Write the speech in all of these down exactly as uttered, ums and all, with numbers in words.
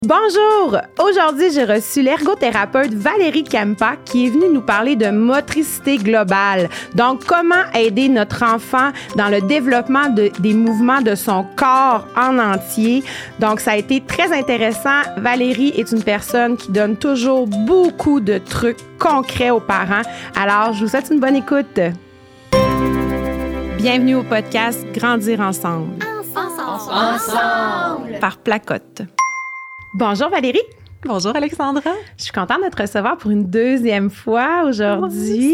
Bonjour! Aujourd'hui, j'ai reçu l'ergothérapeute Valérie Kempa qui est venue nous parler de motricité globale. Donc, comment aider notre enfant dans le développement de, des mouvements de son corps en entier. Donc, ça a été très intéressant. Valérie est une personne qui donne toujours beaucoup de trucs concrets aux parents. Alors, je vous souhaite une bonne écoute. Bienvenue au podcast Grandir ensemble. Ensemble! Ensemble! Par Placote. Bonjour Valérie. Bonjour Alexandra. Je suis contente de te recevoir pour une deuxième fois aujourd'hui.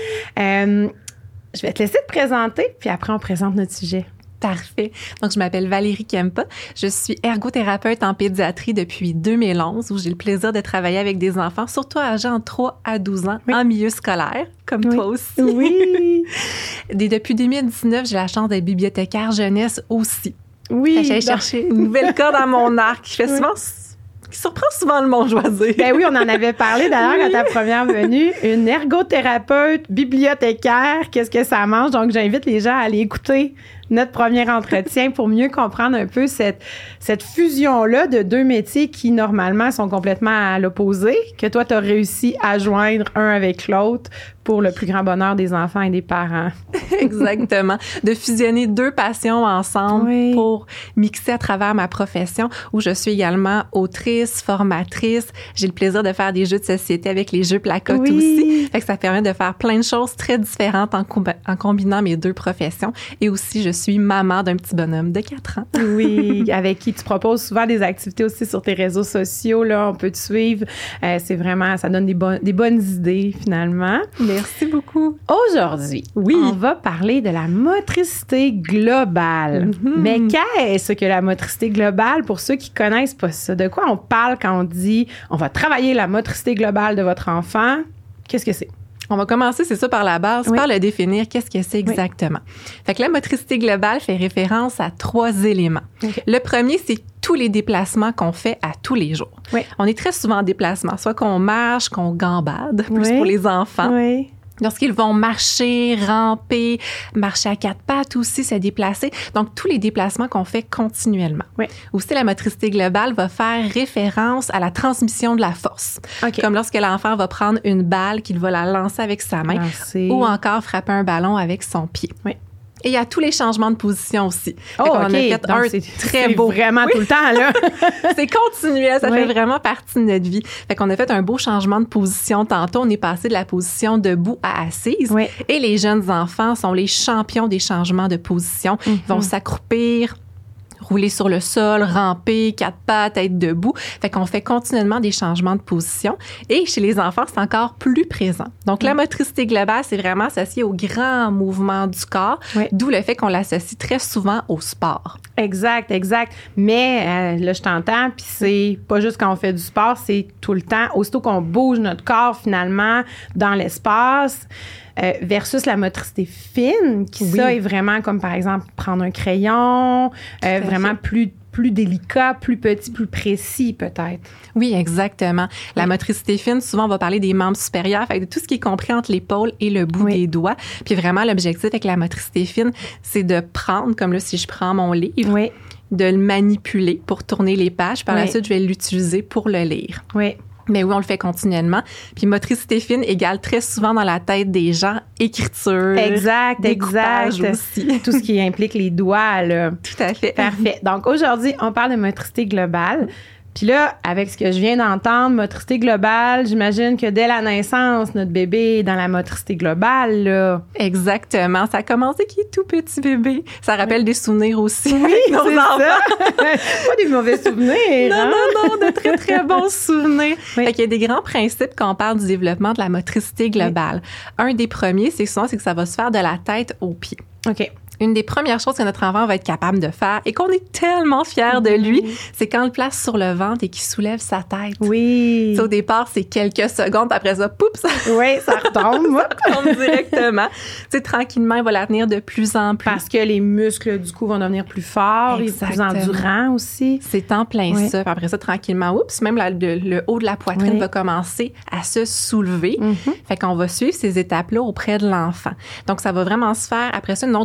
Euh, je vais te laisser te présenter, puis après on présente notre sujet. Parfait. Donc, je m'appelle Valérie Kempa. Je suis ergothérapeute en pédiatrie depuis deux mille onze, où j'ai le plaisir de travailler avec des enfants, surtout âgés entre trois à douze ans, oui. en milieu scolaire, comme oui. toi aussi. Oui. Et depuis deux mille dix-neuf, j'ai la chance d'être bibliothécaire jeunesse aussi. Oui. J'ai cherché une nouvelle corde dans mon arc qui fait oui. souvent... qui surprend souvent le monde choisir. Ben oui, on en avait parlé d'ailleurs oui. à ta première venue. Une ergothérapeute bibliothécaire, qu'est-ce que ça mange? Donc, j'invite les gens à aller écouter notre premier entretien pour mieux comprendre un peu cette, cette fusion-là de deux métiers qui, normalement, sont complètement à l'opposé, que toi, tu as réussi à joindre un avec l'autre pour le plus grand bonheur des enfants et des parents. Exactement. De fusionner deux passions ensemble oui. pour mixer à travers ma profession, où je suis également autrice, formatrice. J'ai le plaisir de faire des jeux de société avec les jeux Placote oui. aussi. Fait que ça permet de faire plein de choses très différentes en, com- en combinant mes deux professions. Et aussi, je suis maman d'un petit bonhomme de quatre ans. Oui, avec qui tu proposes souvent des activités aussi sur tes réseaux sociaux. Là, on peut te suivre. Euh, c'est vraiment, ça donne des, bon, des bonnes idées, finalement. Merci beaucoup. Aujourd'hui, oui. on va parler de la motricité globale. Mm-hmm. Mais qu'est-ce que la motricité globale pour ceux qui connaissent pas ça? De quoi on parle quand on dit on va travailler la motricité globale de votre enfant? Qu'est-ce que c'est? On va commencer, c'est ça, par la base, oui. par le définir. Qu'est-ce que c'est exactement? Oui. Fait que la motricité globale fait référence à trois éléments. Okay. Le premier, c'est tous les déplacements qu'on fait à tous les jours. Oui. On est très souvent en déplacement, soit qu'on marche, qu'on gambade, plus oui. pour les enfants. Oui. Lorsqu'ils vont marcher, ramper, marcher à quatre pattes aussi, se déplacer. Donc, tous les déplacements qu'on fait continuellement. Oui. Aussi, la motricité globale va faire référence à la transmission de la force. Okay. Comme lorsque l'enfant va prendre une balle qu'il va la lancer avec sa main Lancer. ou encore frapper un ballon avec son pied. Oui. Et il y a tous les changements de position aussi. Oh, on okay. a fait Donc, un c'est, très c'est beau. vraiment oui. tout le temps, là. C'est continuel. Ça oui. fait vraiment partie de notre vie. Fait qu'on a fait un beau changement de position tantôt. On est passé de la position debout à assise. Oui. Et les jeunes enfants sont les champions des changements de position. Mm-hmm. Ils vont s'accroupir, rouler sur le sol, ramper, quatre pattes, être debout. Fait qu'on fait continuellement des changements de position. Et chez les enfants, c'est encore plus présent. Donc, mmh. la motricité globale, c'est vraiment associé aux grands mouvements du corps, oui. d'où le fait qu'on l'associe très souvent au sport. Exact, exact. Mais euh, là, je t'entends, puis c'est pas juste quand on fait du sport, c'est tout le temps. Aussitôt qu'on bouge notre corps, finalement, dans l'espace, Euh, versus la motricité fine, qui oui. ça est vraiment comme, par exemple, prendre un crayon, euh, vraiment plus, plus délicat, plus petit, plus précis, peut-être. Oui, exactement. La oui. motricité fine, souvent, on va parler des membres supérieurs, fait de tout ce qui est compris entre l'épaule et le bout oui. des doigts. Puis vraiment, l'objectif avec la motricité fine, c'est de prendre, comme là, si je prends mon livre, oui. de le manipuler pour tourner les pages. Par oui. la suite, je vais l'utiliser pour le lire. Oui. Mais oui, on le fait continuellement. Puis motricité fine égale très souvent dans la tête des gens écriture, exact, découpage exact. aussi. Tout ce qui implique les doigts, là. Tout à fait. Parfait. Donc aujourd'hui, on parle de motricité globale. Puis là, avec ce que je viens d'entendre, motricité globale, j'imagine que dès la naissance, notre bébé est dans la motricité globale, là. Exactement. Ça a commencé qu'il est tout petit bébé. Ça rappelle oui. des souvenirs aussi. Oui, nos c'est enfants. ça. Pas des mauvais souvenirs. Non, hein? non, non, de très, très bons souvenirs. Oui. Fait qu'il y a des grands principes quand on parle du développement de la motricité globale. Oui. Un des premiers, c'est souvent, c'est que ça va se faire de la tête aux pieds. OK. Une des premières choses que notre enfant va être capable de faire et qu'on est tellement fiers de lui, mmh. c'est quand on le place sur le ventre et qu'il soulève sa tête. Oui. T'sais, au départ, c'est quelques secondes, puis après ça, poup, ça, oui, ça retombe. ça retombe directement. T'sais, tranquillement, il va la tenir de plus en plus. Parce que les muscles, du coup, vont devenir plus forts et plus endurants aussi. C'est en plein oui. ça. Puis après ça, tranquillement, oups, même la, le, le haut de la poitrine oui. va commencer à se soulever. Mmh. Fait qu'on va suivre ces étapes-là auprès de l'enfant. Donc, ça va vraiment se faire. Après ça, une autre grosse étape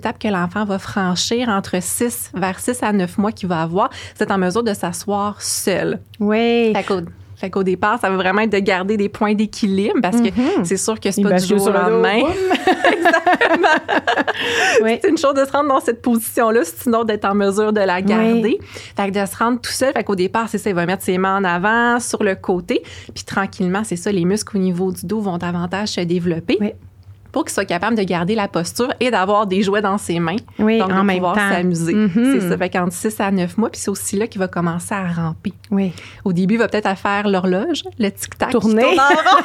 étapes que l'enfant va franchir entre six, vers six à neuf mois qu'il va avoir, c'est en mesure de s'asseoir seul. Oui. Fait qu'au, fait qu'au départ, ça va vraiment être de garder des points d'équilibre parce que mm-hmm. c'est sûr que c'est Il pas du jour au lendemain. Exactement. Oui. C'est une chose de se rendre dans cette position-là, c'est une autre d'être en mesure de la garder. Oui. Fait que de se rendre tout seul, fait qu'au départ, c'est ça, il va mettre ses mains en avant, sur le côté, puis tranquillement, c'est ça, les muscles au niveau du dos vont davantage se développer. Oui. Pour qu'il soit capable de garder la posture et d'avoir des jouets dans ses mains. Oui, donc, de en même pouvoir temps. s'amuser. Mm-hmm. C'est ça. Fait qu'entre six à neuf mois, puis c'est aussi là qu'il va commencer à ramper. Oui. Au début, il va peut-être à faire l'horloge, le tic-tac. Tourner. Qui tourne en rond.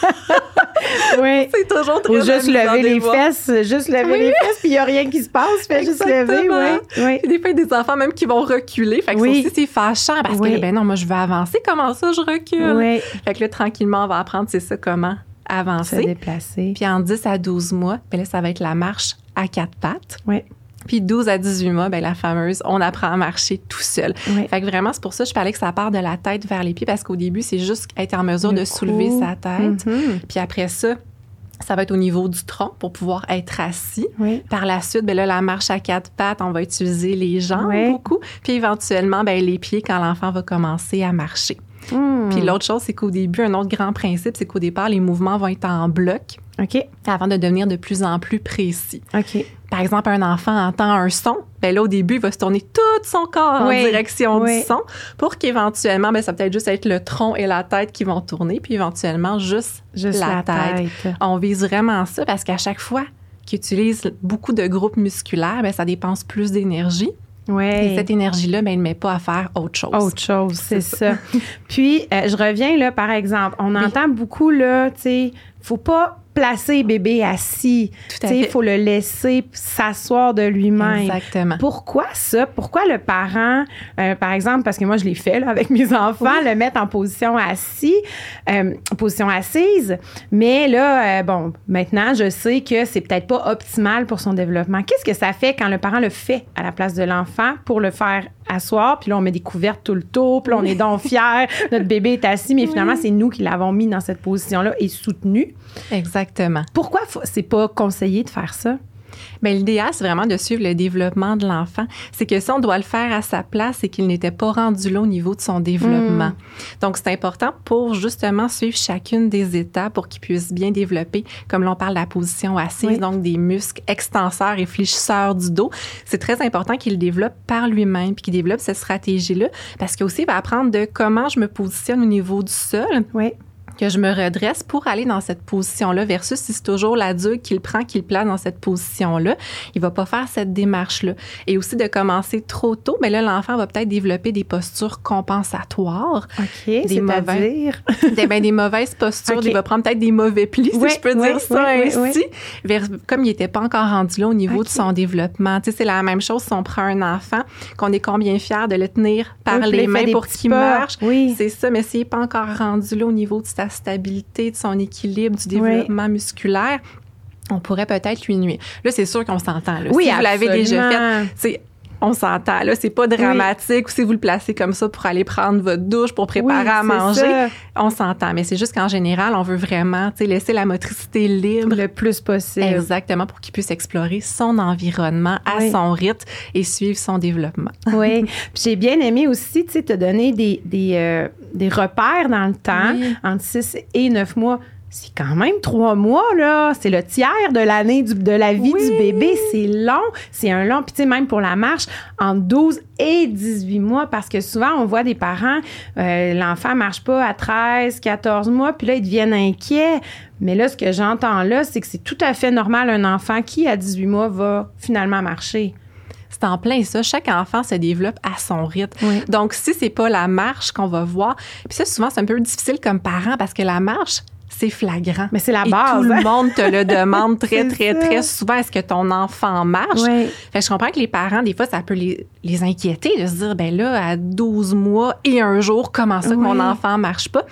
Oui. C'est toujours très Ou juste lever les voir. fesses, juste lever oui. les fesses, puis il n'y a rien qui se passe, fait juste lever, oui. oui. Des fois, il y a des enfants même qui vont reculer. Fait que oui. ça aussi, c'est fâchant parce oui. que, ben non, moi, je veux avancer. Comment ça, je recule? Oui. Fait que là, tranquillement, on va apprendre, c'est ça, comment avancer. Se déplacer. Puis en dix à douze mois, ben là, ça va être la marche à quatre pattes. Oui. Puis douze à dix-huit mois, ben la fameuse, on apprend à marcher tout seul. Oui. Fait que vraiment, c'est pour ça que je parlais que ça part de la tête vers les pieds parce qu'au début, c'est juste être en mesure Le de cou. soulever sa tête. Mm-hmm. Puis après ça, ça va être au niveau du tronc pour pouvoir être assis. Oui. Par la suite, ben là, la marche à quatre pattes, on va utiliser les jambes oui. beaucoup. Puis éventuellement, ben les pieds quand l'enfant va commencer à marcher. Mm. Puis l'autre chose, c'est qu'au début, un autre grand principe, c'est qu'au départ, les mouvements vont être en bloc. OK. Avant de devenir de plus en plus précis. OK. Par exemple, un enfant entend un son, ben là, au début, il va se tourner tout son corps oui. en direction oui. du son pour qu'éventuellement, ben ça peut être juste être le tronc et la tête qui vont tourner, puis éventuellement, juste, juste la, la tête. tête. On vise vraiment ça parce qu'à chaque fois qu'il utilise beaucoup de groupes musculaires, ben ça dépense plus d'énergie. Ouais. Et cette énergie-là, ben, elle ne met pas à faire autre chose. Autre chose, c'est, c'est ça. ça. Puis, euh, je reviens là, par exemple, on oui. entend beaucoup, là, tu sais, faut pas placer bébé assis. Tout à fait. Il faut le laisser s'asseoir de lui-même. Exactement. Pourquoi ça? Pourquoi le parent, euh, par exemple, parce que moi, je l'ai fait là, avec mes enfants, oui. le mettre en position assise, euh, position assise, mais là, euh, bon, maintenant, je sais que c'est peut-être pas optimal pour son développement. Qu'est-ce que ça fait quand le parent le fait à la place de l'enfant pour le faire asseoir, puis là, on met des couvertes tout le tour, puis là, on est donc fiers, notre bébé est assis, mais oui. finalement, c'est nous qui l'avons mis dans cette position-là et soutenu. Exactement. Pourquoi c'est pas conseillé de faire ça? Bien, l'idéal, c'est vraiment de suivre le développement de l'enfant. C'est que si on doit le faire à sa place, c'est qu'il n'était pas rendu là au niveau de son développement. Mmh. Donc, c'est important pour justement suivre chacune des étapes pour qu'il puisse bien développer, comme l'on parle de la position assise, oui. donc des muscles extenseurs et fléchisseurs du dos. C'est très important qu'il le développe par lui-même puis qu'il développe cette stratégie-là parce qu'aussi, il va apprendre de comment je me positionne au niveau du sol. Oui. Que je me redresse pour aller dans cette position-là versus si c'est toujours l'adulte qui le prend, qui le place dans cette position-là, il va pas faire cette démarche-là. Et aussi de commencer trop tôt, bien là, l'enfant va peut-être développer des postures compensatoires. OK, des c'est-à-dire? Des, ben, des mauvaises postures. Okay. Il va prendre peut-être des mauvais plis, oui, si je peux oui, dire ça oui, ainsi, oui, oui. Vers, comme il n'était pas encore rendu là au niveau okay. de son développement. Tu sais, c'est la même chose si on prend un enfant, qu'on est combien fier de le tenir par oui, les mains pour qu'il pas. marche. Oui. C'est ça, mais s'il n'est pas encore rendu là au niveau de sa stabilité, de son équilibre, du développement oui. musculaire, on pourrait peut-être lui nuire. Là, c'est sûr qu'on s'entend. Là. Oui, si vous absolument. l'avez déjà fait, c'est on s'entend. Là, c'est pas dramatique. Oui. Ou si vous le placez comme ça pour aller prendre votre douche, pour préparer oui, à manger, ça. On s'entend. Mais c'est juste qu'en général, on veut vraiment laisser la motricité libre. Le plus possible. Exactement, pour qu'il puisse explorer son environnement à oui. son rythme et suivre son développement. Oui. Puis j'ai bien aimé aussi, tu sais, te donner des, des, euh, des repères dans le temps, oui. entre six et neuf mois. C'est quand même trois mois, là. C'est le tiers de l'année du, de la vie oui. du bébé. C'est long. C'est un long. Puis, tu sais, même pour la marche, entre douze et dix-huit mois, parce que souvent, on voit des parents, euh, l'enfant marche pas à treize, quatorze mois, puis là, ils deviennent inquiets. Mais là, ce que j'entends là, c'est que c'est tout à fait normal, un enfant qui, à dix-huit mois, va finalement marcher. C'est en plein ça. Chaque enfant se développe à son rythme. Oui. Donc, si c'est pas la marche qu'on va voir, puis ça, souvent, c'est un peu difficile comme parent parce que la marche, c'est flagrant. Mais c'est la et base. Tout le hein? monde te le demande très, très, ça. très souvent. Est-ce que ton enfant marche? Oui. Fait que je comprends que les parents, des fois, ça peut les, les inquiéter de se dire, ben là, à douze mois et un jour, comment ça que oui. mon enfant marche pas?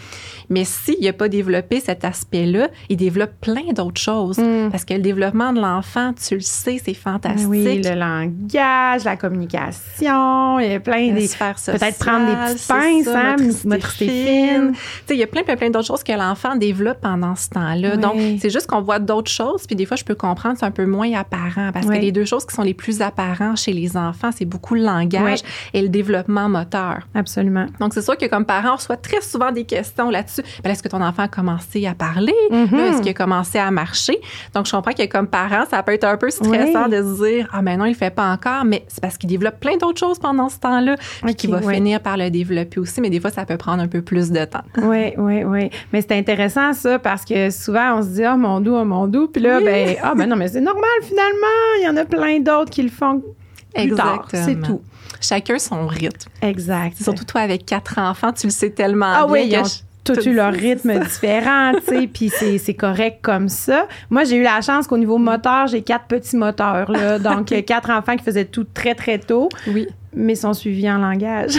Mais s'il n'a pas développé cet aspect-là, il développe plein d'autres choses. Mm. Parce que le développement de l'enfant, tu le sais, c'est fantastique. Oui, le langage, la communication, il y a plein de... Peut-être prendre des petites pinces, ça, hein, motricité fine. Tu sais, il y a plein, plein, plein d'autres choses que l'enfant développe pendant ce temps-là. Oui. Donc, c'est juste qu'on voit d'autres choses, puis des fois, je peux comprendre, c'est un peu moins apparent, parce oui. que les deux choses qui sont les plus apparentes chez les enfants, c'est beaucoup le langage oui. et le développement moteur. Absolument. Donc, c'est sûr que comme parent, on reçoit très souvent des questions là-dessus. Ben, est-ce que ton enfant a commencé à parler? Mm-hmm. Là, est-ce qu'il a commencé à marcher? Donc, je comprends que comme parent, ça peut être un peu stressant oui. de se dire, ah, mais non, il le fait pas encore, mais c'est parce qu'il développe plein d'autres choses pendant ce temps-là, puis okay, qu'il va oui. finir par le développer aussi, mais des fois, ça peut prendre un peu plus de temps. Oui, oui, oui. Mais c'est intéressant, ça, parce que souvent, on se dit, ah, oh, mon doux, oh, mon doux, puis là, oui. ben, ah, ben non, mais c'est normal, finalement, il y en a plein d'autres qui le font plus Exactement. tard, c'est tout. Chacun son rythme. Exact. Surtout toi, avec quatre enfants, tu le sais tellement ah, bien. Oui, ils ont tous eu leur rythme différent, tu sais, puis c'est, c'est correct comme ça. Moi, j'ai eu la chance qu'au niveau moteur, j'ai quatre petits moteurs, là, donc quatre enfants qui faisaient tout très, très tôt. Oui. Mais sont suivis en langage.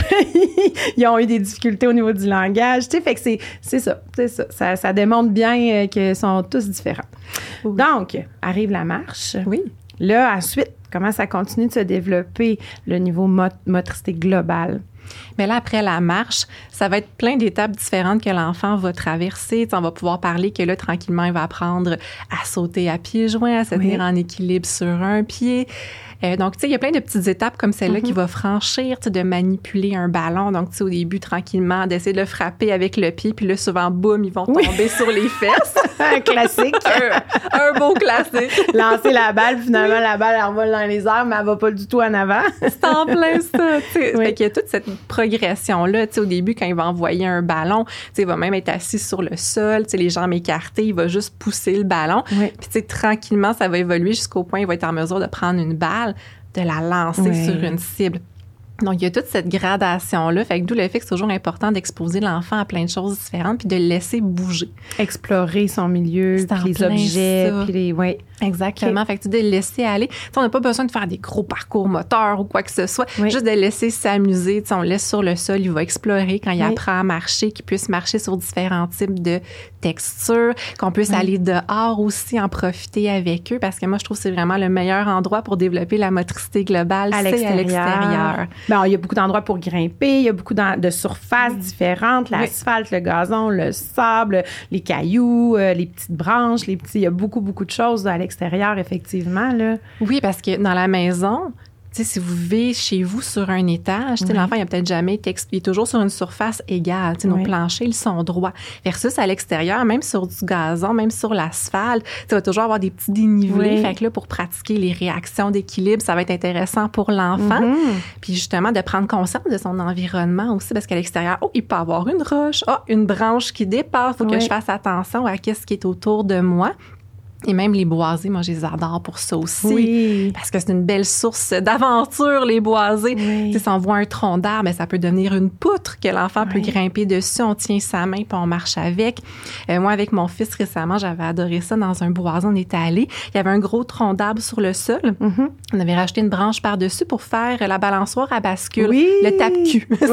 Ils ont eu des difficultés au niveau du langage, tu sais, fait que c'est, c'est ça, c'est ça. Ça, ça démontre bien qu'ils sont tous différents. Oui. Donc, arrive la marche. Oui. Là, ensuite, comment ça continue de se développer, le niveau mot- motricité globale? Mais là, après la marche, ça va être plein d'étapes différentes que l'enfant va traverser. T'sais, on va pouvoir parler que là, tranquillement, il va apprendre à sauter à pieds joints, à se tenir oui. en équilibre sur un pied. Euh, donc, tu sais, il y a plein de petites étapes comme celle-là mm-hmm. qu'il va franchir, de manipuler un ballon. Donc, tu sais, au début, tranquillement, d'essayer de le frapper avec le pied. Puis là, souvent, boum, ils vont tomber oui. sur les fesses. Un classique. un, un beau classique. Lancer la balle, finalement, la balle, elle revole dans les airs, mais elle va pas du tout en avant. C'est en plein ça, tu sais. Oui. Fait qu'il y a toute cette progression-là. Tu sais, au début, quand il va envoyer un ballon, tu sais, il va même être assis sur le sol, tu sais, les jambes écartées, il va juste pousser le ballon. Oui. Puis, tu sais, tranquillement, ça va évoluer jusqu'au point où il va être en mesure de prendre une balle, de la lancer oui. sur une cible. Donc, il y a toute cette gradation-là. Fait que d'où le fait que c'est toujours important d'exposer l'enfant à plein de choses différentes puis de le laisser bouger. Explorer son milieu, puis les objets, puis les... Oui. Exactement. Okay. Fait que tu de le laisser aller. T'sais, on n'a pas besoin de faire des gros parcours moteurs ou quoi que ce soit. Oui. Juste de le laisser s'amuser. T'sais, on le laisse sur le sol. Il va explorer quand il oui. apprend à marcher, qu'il puisse marcher sur différents types de textures, qu'on puisse oui. aller dehors aussi, en profiter avec eux. Parce que moi, je trouve que c'est vraiment le meilleur endroit pour développer la motricité globale. À c'est l'extérieur. à l'extérieur. Bon, il y a beaucoup d'endroits pour grimper. Il y a beaucoup de surfaces oui. différentes. L'asphalte, oui. le gazon, le sable, les cailloux, euh, les petites branches, les petits... Il y a beaucoup, beaucoup de choses à l'extérieur, effectivement, là. Oui, parce que dans la maison, tu sais, si vous vivez chez vous sur un étage, tu sais, oui. l'enfant, il a peut-être jamais été expliqué, toujours sur une surface égale. Tu sais, oui. nos planchers, ils sont droits. Versus à l'extérieur, même sur du gazon, même sur l'asphalte, tu vas toujours avoir des petits dénivelés. Oui. Fait que là, pour pratiquer les réactions d'équilibre, ça va être intéressant pour l'enfant. Mm-hmm. Puis justement, de prendre conscience de son environnement aussi, parce qu'à l'extérieur, oh, il peut y avoir une roche, oh, une branche qui dépasse, faut oui. que je fasse attention à qu'est-ce qui est autour de moi. Et même les boisés, moi, je les adore pour ça aussi. Oui. Parce que c'est une belle source d'aventure, les boisés. Oui. Tu sais, si on voit un tronc d'arbre, mais ça peut devenir une poutre que l'enfant oui. peut grimper dessus. On tient sa main puis on marche avec. Euh, moi, avec mon fils, récemment, j'avais adoré ça dans un bois. On était allé. Il y avait un gros tronc d'arbre sur le sol. Mm-hmm. On avait racheté une branche par-dessus pour faire la balançoire à bascule. Oui. Le tape-cul. Oui, c'est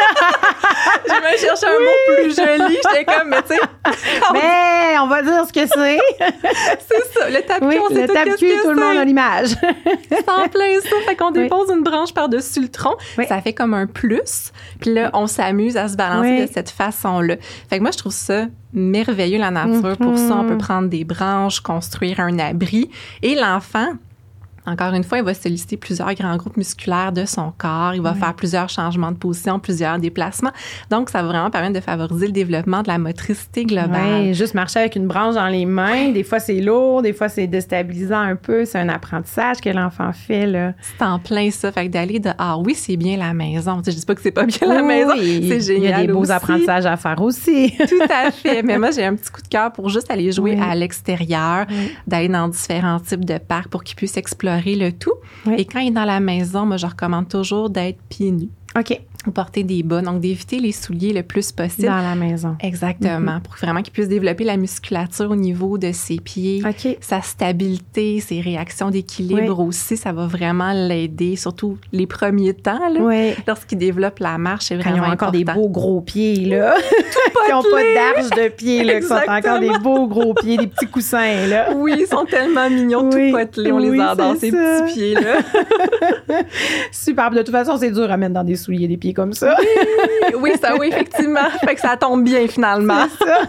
ça. Je me cherchais un mot plus joli. J'étais comme, mais tu sais. Mais on va dire ce que c'est. C'est ça, le tape-cul, oui, on sait le tout tape-cul, qu'est-ce que tout le monde a l'image. C'est en plein ça, fait qu'on oui. dépose une branche par-dessus le tronc, oui. ça fait comme un plus, puis là, on s'amuse à se balancer oui. de cette façon-là. Fait que moi, je trouve ça merveilleux, la nature. Mm-hmm. Pour ça, on peut prendre des branches, construire un abri, et l'enfant... Encore une fois, il va solliciter plusieurs grands groupes musculaires de son corps. Il va oui. faire plusieurs changements de position, plusieurs déplacements. Donc, ça va vraiment permettre de favoriser le développement de la motricité globale. Oui, juste marcher avec une branche dans les mains. Des fois, c'est lourd. Des fois, c'est déstabilisant un peu. C'est un apprentissage que l'enfant fait, là. C'est en plein ça. Fait que d'aller de « Ah oui, c'est bien la maison ». Tu sais, je dis pas que c'est pas bien oui, la maison. C'est génial. Il y a des beaux aussi. apprentissages à faire aussi. Tout à fait. Mais moi, j'ai un petit coup de cœur pour juste aller jouer oui. à l'extérieur, oui. d'aller dans différents types de parcs pour qu'il puisse explorer le tout. Oui. Et quand il est dans la maison, moi, je recommande toujours d'être pieds nus. OK. Ou porter des bas. Donc, d'éviter les souliers le plus possible. Dans la maison. Exactement. Mm-hmm. Pour vraiment qu'il puisse développer la musculature au niveau de ses pieds. OK. Sa stabilité, ses réactions d'équilibre oui. aussi, ça va vraiment l'aider, surtout les premiers temps, là. Oui. Lorsqu'il développe la marche, c'est vraiment important. Quand ils ont encore important. des beaux gros pieds, là. Tout qui n'ont pas d'arche de pied, là, qui sont encore des beaux gros pieds, des petits coussins, là. Oui, ils sont tellement mignons, oui, tout potelés. On oui, les adore, ces ça. petits pieds-là. Super. De toute façon, c'est dur à mettre dans des souliers, des pieds comme ça. Oui, oui, ça, oui, effectivement. Fait que ça tombe bien, finalement. C'est ça.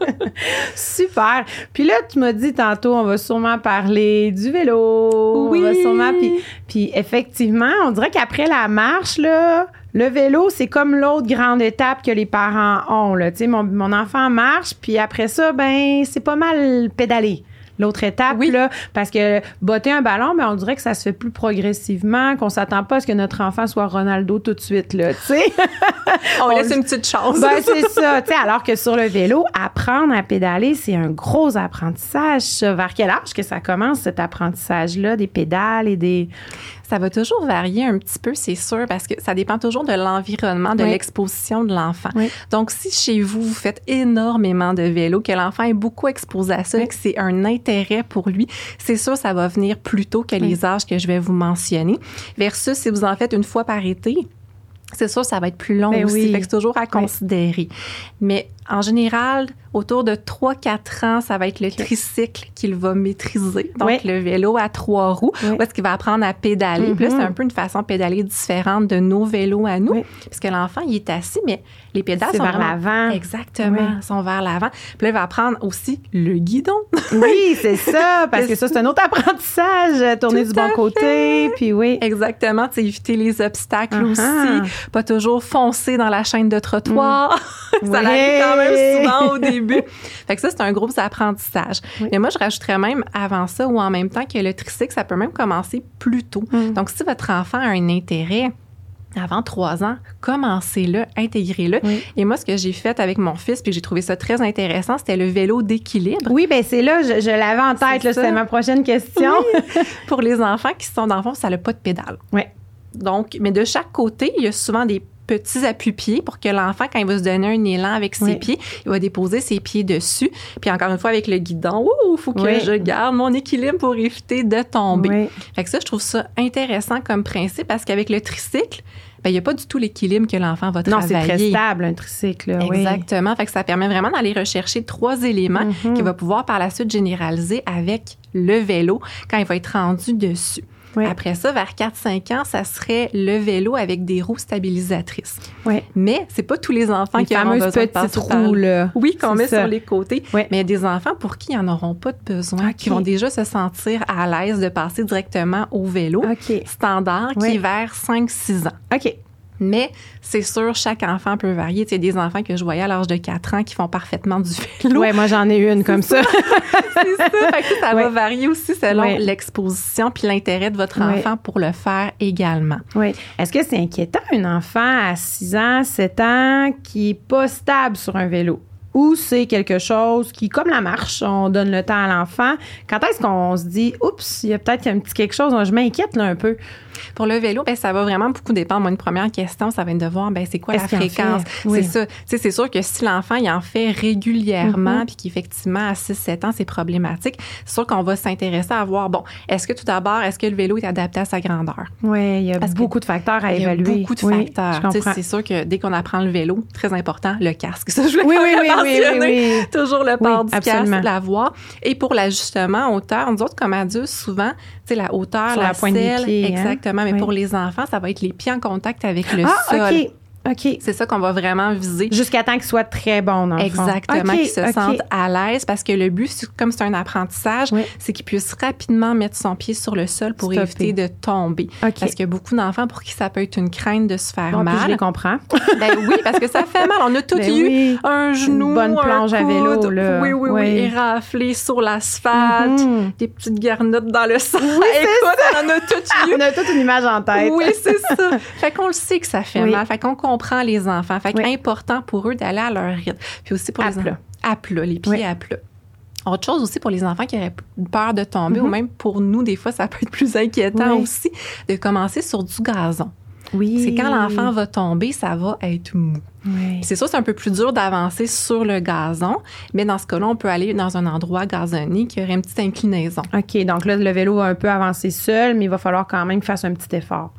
Super. Puis là, tu m'as dit tantôt, on va sûrement parler du vélo. Oui. On va sûrement... Puis, puis effectivement, on dirait qu'après la marche, là... Le vélo, c'est comme l'autre grande étape que les parents ont, là. Tu sais, mon, mon enfant marche, puis après ça, ben c'est pas mal pédaler. L'autre étape, oui. là, parce que botter un ballon, ben on dirait que ça se fait plus progressivement, qu'on s'attend pas à ce que notre enfant soit Ronaldo tout de suite, là, tu sais. on, on laisse une petite chance. Ben, c'est ça, tu sais, alors que sur le vélo, apprendre à pédaler, c'est un gros apprentissage, ça. Vers quel âge que ça commence, cet apprentissage-là, des pédales et des... Ça va toujours varier un petit peu, c'est sûr, parce que ça dépend toujours de l'environnement, de oui. l'exposition de l'enfant. Oui. Donc, si chez vous, vous faites énormément de vélo, que l'enfant est beaucoup exposé à ça, oui. que c'est un intérêt pour lui, c'est sûr, ça va venir plus tôt que les oui. âges que je vais vous mentionner. Versus, si vous en faites une fois par été, c'est sûr, ça va être plus long ben aussi. Oui. Fait que c'est toujours à considérer. Oui. Mais en général, autour de trois quatre ans, ça va être le okay. tricycle qu'il va maîtriser. Donc, oui. le vélo à trois roues, oui. où est-ce qu'il va apprendre à pédaler. Mm-hmm. Puis là, c'est un peu une façon de pédaler différente de nos vélos à nous. Oui. Parce que l'enfant, il est assis, mais les pédales c'est sont vers vraiment... l'avant. Exactement, oui. sont vers l'avant. Puis là, il va apprendre aussi le guidon. Oui, c'est ça, parce que ça, c'est un autre apprentissage. Tourner Tout du bon côté, fait. Puis oui. Exactement, tu sais, éviter les obstacles uh-huh. aussi. Pas toujours foncer dans la chaîne de trottoir. Mm. ça oui. arrive quand même souvent au début. Fait que ça, c'est un gros apprentissage. Oui. Mais moi, je rajouterais même avant ça ou en même temps que le tricycle, ça peut même commencer plus tôt. Mm. Donc, si votre enfant a un intérêt avant trois ans, commencez-le, intégrez-le. Oui. Et moi, ce que j'ai fait avec mon fils, puis j'ai trouvé ça très intéressant, c'était le vélo d'équilibre. Oui, bien c'est là, je, je l'avais en tête, là, c'était ma prochaine question. Oui. Pour les enfants qui sont dans le fond, ça n'a pas de pédale. Oui. Donc, mais de chaque côté, il y a souvent des petits appuis-pieds pour que l'enfant, quand il va se donner un élan avec ses oui. pieds, il va déposer ses pieds dessus. Puis encore une fois, avec le guidon, il faut que oui. je garde mon équilibre pour éviter de tomber. Oui. Fait que ça, je trouve ça intéressant comme principe parce qu'avec le tricycle, ben, il n'y a pas du tout l'équilibre que l'enfant va travailler. Non, c'est très stable, un tricycle. Là, Exactement. Oui. Fait que ça permet vraiment d'aller rechercher trois éléments mm-hmm. qu'il va pouvoir par la suite généraliser avec le vélo quand il va être rendu dessus. Oui. Après ça, vers quatre cinq ans, ça serait le vélo avec des roues stabilisatrices. Oui. Mais c'est pas tous les enfants les qui auront besoin de passer par roues, là. Oui, qu'on c'est met ça. Sur les côtés. Oui. Mais il y a des enfants pour qui ils n'en auront pas de besoin, okay. qui vont déjà se sentir à l'aise de passer directement au vélo okay. standard oui. qui est vers cinq six ans. OK. Mais c'est sûr, chaque enfant peut varier. Tu sais, des enfants que je voyais à l'âge de quatre ans qui font parfaitement du vélo. Oui, moi, j'en ai une comme ça. C'est ça. Fait que ça oui. va varier aussi selon oui. l'exposition puis l'intérêt de votre enfant oui. pour le faire également. Oui. Est-ce que c'est inquiétant, un enfant à six ans, sept ans qui n'est pas stable sur un vélo? Ou c'est quelque chose qui, comme la marche, on donne le temps à l'enfant. Quand est-ce qu'on se dit, oups, il y a peut-être un petit quelque chose, je m'inquiète là un peu? Pour le vélo, ben ça va vraiment beaucoup dépendre. Moi, une première question, ça va être de voir, ben c'est quoi Est-ce la fréquence? Oui. C'est ça. Tu sais, c'est sûr que si l'enfant, il en fait régulièrement, mm-hmm. puis qu'effectivement, à six sept ans, c'est problématique, c'est sûr qu'on va s'intéresser à voir, bon, est-ce que tout d'abord, est-ce que le vélo est adapté à sa grandeur? Oui, il y a Parce beaucoup de facteurs à évaluer. Il y a beaucoup de oui, facteurs. Tu sais, c'est sûr que dès qu'on apprend le vélo, très important, le casque. Ça, je voulais oui, oui, oui, oui, oui, oui. Toujours le port oui, du absolument. casque, l'avoir. Et pour l'ajustement hauteur, nous autres, comme adultes, souvent, tu sais, la hauteur, sur la, la pointe selle, des pieds, exactement. Hein? Mais oui. pour les enfants, ça va être les pieds en contact avec le ah, sol. OK. OK. C'est ça qu'on va vraiment viser. Jusqu'à temps qu'ils soient très bons, dans le fond. Exactement, okay, qu'ils se okay. sentent à l'aise parce que le but, comme c'est un apprentissage, oui. c'est qu'ils puissent rapidement mettre son pied sur le sol pour Stopper. éviter de tomber. Okay. Parce qu'il y a beaucoup d'enfants pour qui ça peut être une crainte de se faire bon, mal. Puis je les comprends. Ben oui, parce que ça fait mal. On a tous ben eu oui. un genou, une bonne plonge un coude, à vélo. Là. Oui, oui, oui, oui. éraflé sur l'asphalte, mm-hmm. des petites garnottes dans le sang. Oui, écoute, on en a tous eu. On a toute une image en tête. Oui, c'est ça. Fait qu'on le sait que ça fait oui. mal. Fait qu'on comprend les enfants. Fait oui. qu'important pour eux d'aller à leur rythme. Puis aussi pour à les plat. enfants. À plat, les pieds oui. à plat. Autre chose aussi pour les enfants qui auraient peur de tomber, mm-hmm. ou même pour nous, des fois, ça peut être plus inquiétant oui. aussi, de commencer sur du gazon. Oui. C'est quand l'enfant va tomber, ça va être mou. Oui. C'est sûr, c'est un peu plus dur d'avancer sur le gazon, mais dans ce cas-là, on peut aller dans un endroit gazonné qui aurait une petite inclinaison. OK, donc là, le vélo va un peu avancer seul, mais il va falloir quand même qu'il fasse un petit effort.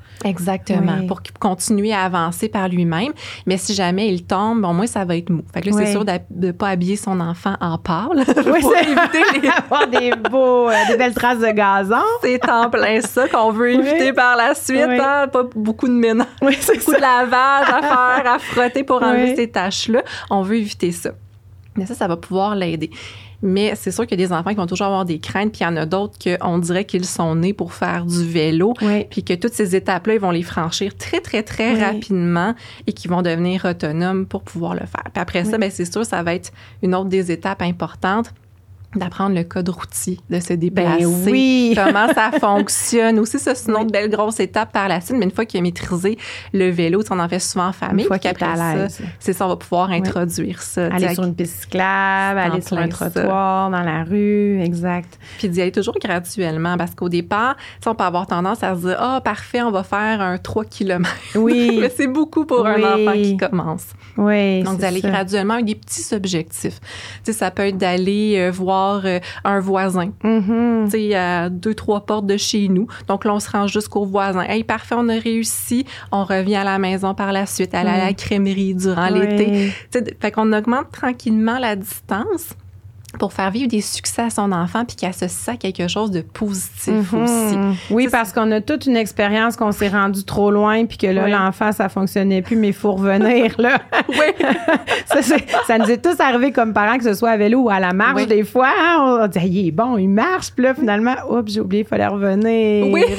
Exactement, oui. pour qu'il continue à avancer par lui-même. Mais si jamais il tombe, au moins, ça va être mou. Fait que là, oui. c'est sûr de ne pas habiller son enfant en pâle oui, pour c'est... éviter les... avoir des beaux, euh, des belles traces de gazon. C'est en plein ça qu'on veut éviter oui. par la suite. Oui. Hein? Pas beaucoup de ménage, oui, beaucoup ça. de lavage à faire, à frotter pour enlever oui. ces taches-là. On veut éviter ça. Mais ça, ça va pouvoir l'aider. Mais c'est sûr qu'il y a des enfants qui vont toujours avoir des craintes, puis il y en a d'autres qu'on dirait qu'ils sont nés pour faire du vélo, oui. puis que toutes ces étapes-là, ils vont les franchir très, très, très oui. rapidement et qu'ils vont devenir autonomes pour pouvoir le faire. Puis après oui. ça, bien, c'est sûr, ça va être une autre des étapes importantes, d'apprendre le code routier, de se déplacer, ben oui. comment ça fonctionne. Aussi, ça, c'est une autre oui. belle grosse étape par la suite, mais une fois qu'il a maîtrisé le vélo, on en fait souvent en famille, une fois puis qu'il est à l'aise. Ça, c'est ça, on va pouvoir introduire oui. ça. Aller sur une piste cyclable, aller sur un trottoir, ça. Dans la rue, exact. Puis d'y aller toujours graduellement, parce qu'au départ, on peut avoir tendance à se dire « Ah, oh, parfait, on va faire un trois kilomètres. » Oui. Mais c'est beaucoup pour oui. un enfant qui commence. Oui, donc, d'aller ça. graduellement avec des petits objectifs. Tu sais, ça peut être d'aller euh, voir Euh, un voisin, mm-hmm. tu sais, à deux, trois portes de chez nous. Donc là, on se rend jusqu'au voisin. Hey, parfait, on a réussi. On revient à la maison par la suite, aller oui. à la crèmerie durant oui. l'été. Tu sais, fait qu'on augmente tranquillement la distance pour faire vivre des succès à son enfant puis qu'il associe ça à quelque chose de positif mm-hmm. aussi. Oui, ça, parce qu'on a toute une expérience qu'on s'est rendu trop loin puis que là, oui. l'enfant, ça fonctionnait plus, mais il faut revenir, là. Oui. ça, ça nous est tous arrivé comme parents, que ce soit à vélo ou à la marche, oui. des fois. Hein, on dit, il est bon, il marche. Puis là, finalement, oups, j'ai oublié, il fallait revenir. Oui.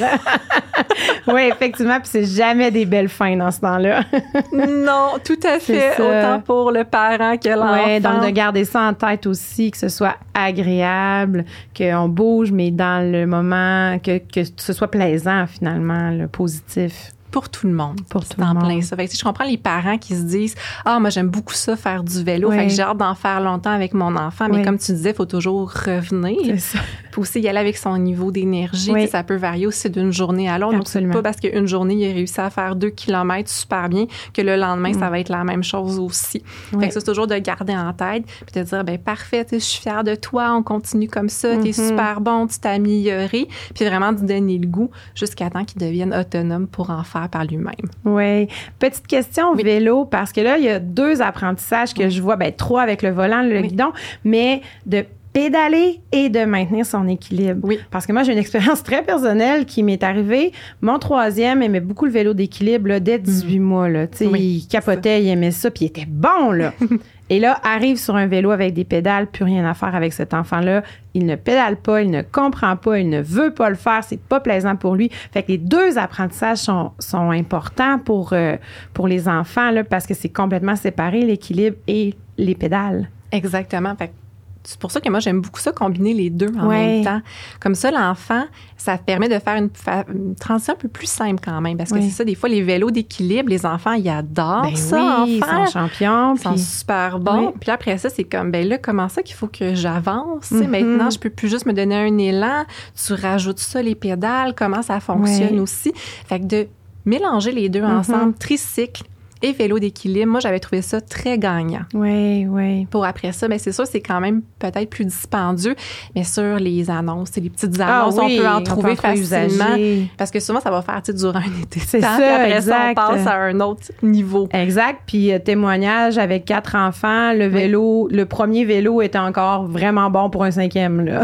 oui, effectivement, puis c'est jamais des belles fins dans ce temps-là. Non, tout à fait. Autant pour le parent que l'enfant. Oui, donc de garder ça en tête aussi, que ce soit agréable, qu'on bouge, mais dans le moment, que, que ce soit plaisant finalement, le positif. Pour tout le monde. Pour tout le en monde. plein ça. Fait que, je comprends les parents qui se disent « Ah, moi, j'aime beaucoup ça, faire du vélo. Oui. Fait que j'ai hâte d'en faire longtemps avec mon enfant. » Mais oui. comme tu disais, il faut toujours revenir. C'est ça. Puis aussi y aller avec son niveau d'énergie. Oui. Ça peut varier aussi d'une journée à l'autre. Absolument. Donc, c'est pas parce qu'une journée, il a réussi à faire deux kilomètres super bien que le lendemain, mm. ça va être la même chose aussi. Oui. Fait que ça, c'est toujours de garder en tête puis de dire « ben parfait, je suis fière de toi, on continue comme ça, mm-hmm. t'es super bon, tu t'es amélioré. » Puis vraiment, de donner le goût jusqu'à temps qu'il devienne autonome pour en faire par lui-même. Oui. Petite question oui. vélo, parce que là, il y a deux apprentissages que oui. je vois, ben trois avec le volant, le oui. guidon, mais de pédaler et de maintenir son équilibre. Oui. Parce que moi, j'ai une expérience très personnelle qui m'est arrivée. Mon troisième aimait beaucoup le vélo d'équilibre là, dès dix-huit mmh. mois. Là. Oui, il capotait, ça. Il aimait ça, puis il était bon. Là. Et là, arrive sur un vélo avec des pédales, plus rien à faire avec cet enfant-là. Il ne pédale pas, il ne comprend pas, il ne veut pas le faire, c'est pas plaisant pour lui. Fait que les deux apprentissages sont, sont importants pour, euh, pour les enfants, là, parce que c'est complètement séparé, l'équilibre et les pédales. Exactement. Fait que c'est pour ça que moi, j'aime beaucoup ça, combiner les deux en ouais. même temps. Comme ça, l'enfant, ça te permet de faire une, une transition un peu plus simple quand même. Parce que oui. c'est ça, des fois, les vélos d'équilibre, les enfants, ils adorent ben ça oui, en faire. Ils sont champions. Ils sont puis... super bons. Oui. Puis après ça, c'est comme, ben là, comment ça qu'il faut que j'avance? Mm-hmm. Maintenant, je peux plus juste me donner un élan. Tu rajoutes ça, les pédales, comment ça fonctionne oui. aussi. Fait que de mélanger les deux mm-hmm. ensemble, tricycle, et vélo d'équilibre, moi, j'avais trouvé ça très gagnant. Oui, oui. Pour après ça, bien, c'est sûr, c'est quand même peut-être plus dispendieux, mais sur les annonces, les petites ah, annonces, oui, on peut en trouver peut en facilement. Usager. Parce que souvent, ça va faire, tu sais, durer un été. C'est temps, ça, puis après exact. ça, on passe à un autre niveau. Exact. Puis, euh, témoignage avec quatre enfants, le vélo, oui. le premier vélo était encore vraiment bon pour un cinquième, là.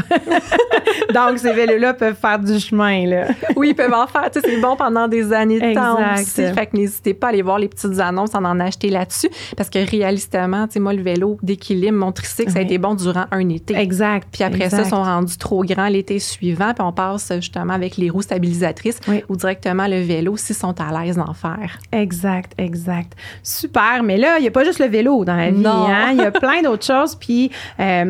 Donc, ces vélos-là peuvent faire du chemin, là. Oui, ils peuvent en faire. Tu sais, c'est bon pendant des années de exact. temps aussi. Fait que n'hésitez pas à aller voir les petites annonces, en en acheter là-dessus. Parce que réalistement, tu sais, moi, le vélo d'équilibre, mon tricycle, oui. ça a été bon durant un été. Exact. Puis après exact. ça, ils sont rendus trop grands l'été suivant. Puis on passe justement avec les roues stabilisatrices oui. ou directement le vélo s'ils sont à l'aise d'en faire. Exact, exact. Super. Mais là, il n'y a pas juste le vélo dans la vie. Non. Hein? Il y a plein d'autres choses. Puis... Euh,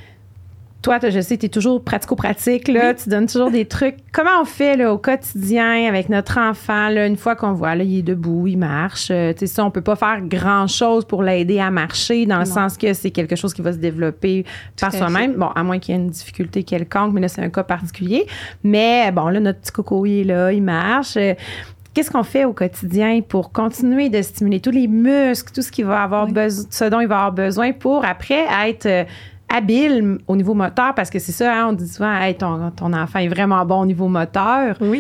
toi, je sais, tu es toujours pratico-pratique, là, oui. tu donnes toujours des trucs. Comment on fait là, au quotidien avec notre enfant, là, une fois qu'on voit, là, il est debout, il marche, euh, tu sais, ça, on peut pas faire grand-chose pour l'aider à marcher, dans le non. sens que c'est quelque chose qui va se développer Tout par soi-même. Fait. Bon, à moins qu'il y ait une difficulté quelconque, mais là, c'est un cas particulier. Mais bon, là, notre petit coco, il est là, il marche. Euh, Qu'est-ce qu'on fait au quotidien pour continuer de stimuler tous les muscles, tout ce qu'il va avoir oui. besoin, ce dont il va avoir besoin pour après être... Euh, habile au niveau moteur, parce que c'est ça, hein, on dit souvent, hey, ton, ton enfant est vraiment bon au niveau moteur. Oui.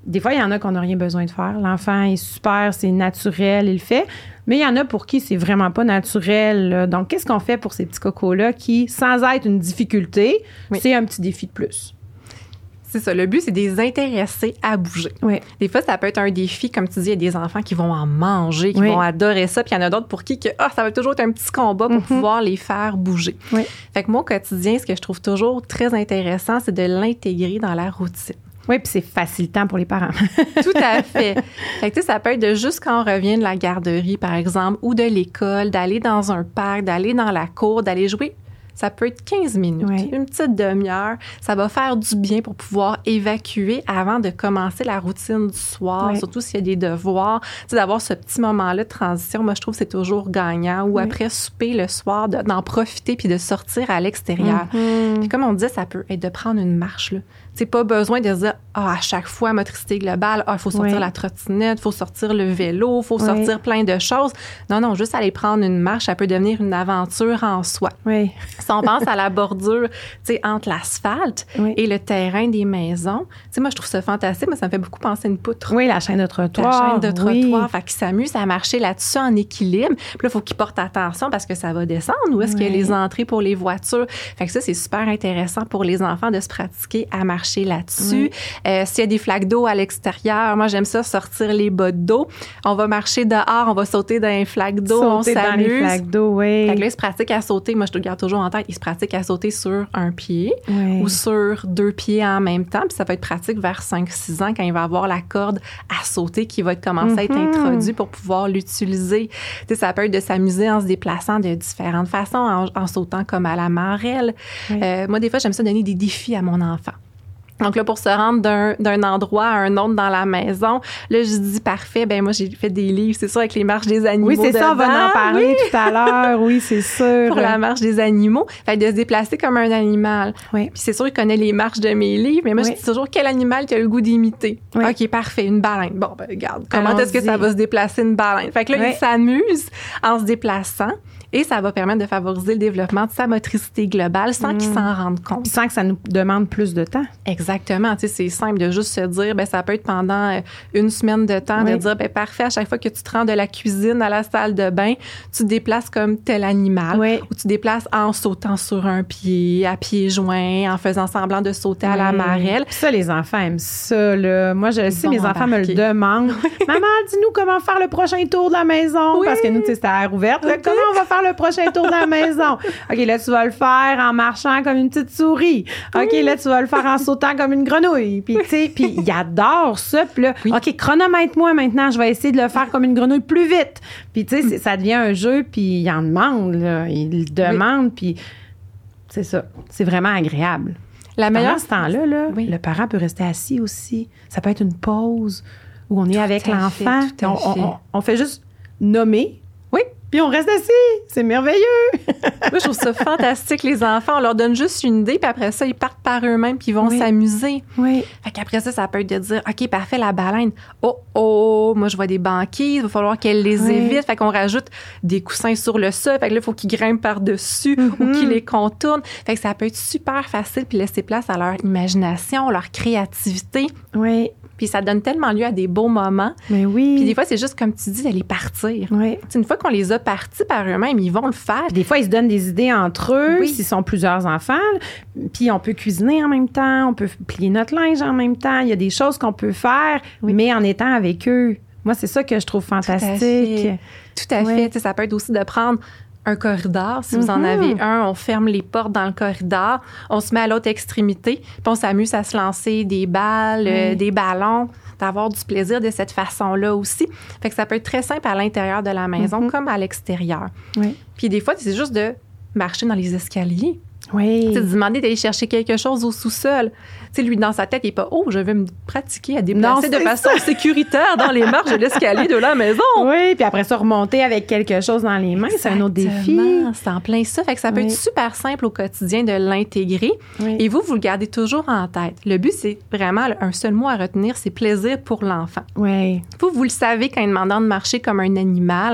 des fois, il y en a qu'on n'a rien besoin de faire. L'enfant est super, c'est naturel, il le fait. Mais il y en a pour qui c'est vraiment pas naturel. Là. Donc, qu'est-ce qu'on fait pour ces petits cocos-là qui, sans être une difficulté, oui. c'est un petit défi de plus? C'est ça. Le but, c'est de les intéresser à bouger. Oui. Des fois, ça peut être un défi. Comme tu dis, il y a des enfants qui vont en manger, qui oui. vont adorer ça. Puis il y en a d'autres pour qui que, ah, ça va toujours être un petit combat pour mm-hmm. pouvoir les faire bouger. Oui. Fait que moi, au quotidien, ce que je trouve toujours très intéressant, c'est de l'intégrer dans la routine. Oui, puis c'est facilitant pour les parents. Tout à fait. Fait que, tu sais, ça peut être de juste quand on revient de la garderie, par exemple, ou de l'école, d'aller dans un parc, d'aller dans la cour, d'aller jouer. Ça peut être quinze minutes, oui. une petite demi-heure. Ça va faire du bien pour pouvoir évacuer avant de commencer la routine du soir, oui. surtout s'il y a des devoirs. Tu sais, d'avoir ce petit moment-là de transition, moi, je trouve que c'est toujours gagnant. Ou oui. après souper le soir, de, d'en profiter puis de sortir à l'extérieur. Mm-hmm. Puis comme on disait, ça peut être de prendre une marche, là. C'est pas besoin de se dire, ah, à chaque fois, motricité globale, ah, il faut sortir oui. la trottinette, il faut sortir le vélo, il faut oui. sortir plein de choses. Non, non, juste aller prendre une marche, ça peut devenir une aventure en soi. Oui. Si on pense à la bordure, tu sais, entre l'asphalte oui. et le terrain des maisons, tu sais, moi, je trouve ça fantastique, mais ça me fait beaucoup penser à une poutre. Oui, la chaîne de trottoir. La chaîne de trottoir. Oui. Fait qu'ils s'amusent à marcher là-dessus en équilibre. Puis là, il faut qu'ils portent attention parce que ça va descendre. Où est-ce oui. qu'il y a les entrées pour les voitures? Fait que ça, c'est super intéressant pour les enfants de se pratiquer à marcher là-dessus. Oui. Euh, s'il y a des flaques d'eau à l'extérieur, moi, j'aime ça, sortir les bottes d'eau. On va marcher dehors, on va sauter dans les flaques d'eau, sauter on s'amuse. Dans les flaques d'eau, oui. Fait que là, ils se pratiquent à sauter. Moi, je te garde toujours en tête, ils se pratiquent à sauter sur un pied oui. ou sur deux pieds en même temps. Puis ça va être pratique vers cinq six ans quand il va avoir la corde à sauter qui va commencer mm-hmm. à être introduit pour pouvoir l'utiliser. Tu sais, ça peut être de s'amuser en se déplaçant de différentes façons, en, en sautant comme à la marelle. Oui. Euh, moi, des fois, j'aime ça donner des défis à mon enfant. Donc là, pour se rendre d'un, d'un endroit à un autre dans la maison, là, je dis parfait, ben moi, j'ai fait des livres, c'est sûr, avec les marches des animaux. Oui, c'est dedans. ça, on va en parler oui. tout à l'heure. Oui, c'est sûr. Pour la marche des animaux. Fait de se déplacer comme un animal. Oui. Puis c'est sûr, il connaît les marches de mes livres, mais moi, oui. je dis toujours quel animal tu as le goût d'imiter. Oui. OK, parfait, une baleine. Bon, ben regarde, comment Allons-y. Est-ce que ça va se déplacer une baleine? Fait que là, oui. il s'amuse en se déplaçant. Et ça va permettre de favoriser le développement de sa motricité globale sans mmh. qu'il s'en rende compte. Puis sans que ça nous demande plus de temps. Exactement. Tu sais, c'est simple de juste se dire, ben ça peut être pendant une semaine de temps, oui. de dire, ben parfait, à chaque fois que tu te rends de la cuisine à la salle de bain, tu te déplaces comme tel animal. Oui. Ou tu te déplaces en sautant sur un pied, à pieds joints, en faisant semblant de sauter oui. à la marelle. Puis ça, les enfants aiment ça, là. Moi, je le sais, mes embarquer. enfants me le demandent. Maman, dis-nous comment faire le prochain tour de la maison. Oui. Parce que nous, tu sais, c'était à air ouverte. Là, comment on va faire le prochain tour de la maison? OK, là, tu vas le faire en marchant comme une petite souris. OK, là, tu vas le faire en sautant comme une grenouille. Puis, tu sais, puis il adore ça. Puis là, oui. OK, chronomètre-moi maintenant. Je vais essayer de le faire comme une grenouille plus vite. Puis, tu sais, ça devient un jeu. Puis, il en demande, là. Il demande. Oui. Puis, c'est ça. C'est vraiment agréable. La meilleure... Pendant ce temps-là, là, oui. le parent peut rester assis aussi. Ça peut être une pause où on est tout avec l'enfant. Fait, on, on, on, on fait juste nommer. Oui. Puis on reste assis. C'est merveilleux. Moi, je trouve ça fantastique, les enfants. On leur donne juste une idée, puis après ça, ils partent par eux-mêmes, puis ils vont oui. s'amuser. Oui. Fait qu'après ça, ça peut être de dire, OK, parfait, la baleine. Oh, oh, moi, je vois des banquises. Il va falloir qu'elle les oui. évite. Fait qu'on rajoute des coussins sur le sol. Fait que là, il faut qu'ils grimpent par-dessus mm-hmm. ou qu'ils les contournent. Fait que ça peut être super facile, puis laisser place à leur imagination, leur créativité. Oui. Puis ça donne tellement lieu à des beaux moments. Mais oui. Puis des fois, c'est juste comme tu dis, d'aller partir. Oui. T'sais, une fois qu'on les a partis par eux-mêmes, ils vont le faire. Puis des fois, ils se donnent des idées entre eux, oui. s'ils sont plusieurs enfants. Puis on peut cuisiner en même temps, on peut plier notre linge en même temps. Il y a des choses qu'on peut faire, oui. mais en étant avec eux. Moi, c'est ça que je trouve fantastique. Tout à fait. Tout à fait. Oui. Ça peut être aussi de prendre un corridor. Si mm-hmm. vous en avez un, on ferme les portes dans le corridor, on se met à l'autre extrémité, puis on s'amuse à se lancer des balles, oui. euh, des ballons, d'avoir du plaisir de cette façon-là aussi. Fait que ça peut être très simple à l'intérieur de la maison mm-hmm. comme à l'extérieur. Oui. Puis des fois, c'est juste de marcher dans les escaliers. Oui. Tu demander d'aller chercher quelque chose au sous-sol. Tu sais, lui, dans sa tête, il n'est pas « Oh, je vais me pratiquer à déplacer non, de façon ça. sécuritaire dans les marches de l'escalier de la maison. » Oui, puis après ça, remonter avec quelque chose dans les mains, c'est un autre défi. C'est en plein ça. Fait que ça peut oui. être super simple au quotidien de l'intégrer. Oui. Et vous, vous le gardez toujours en tête. Le but, c'est vraiment un seul mot à retenir, c'est plaisir pour l'enfant. Oui. Vous, vous le savez quand il demandant de marcher comme un animal,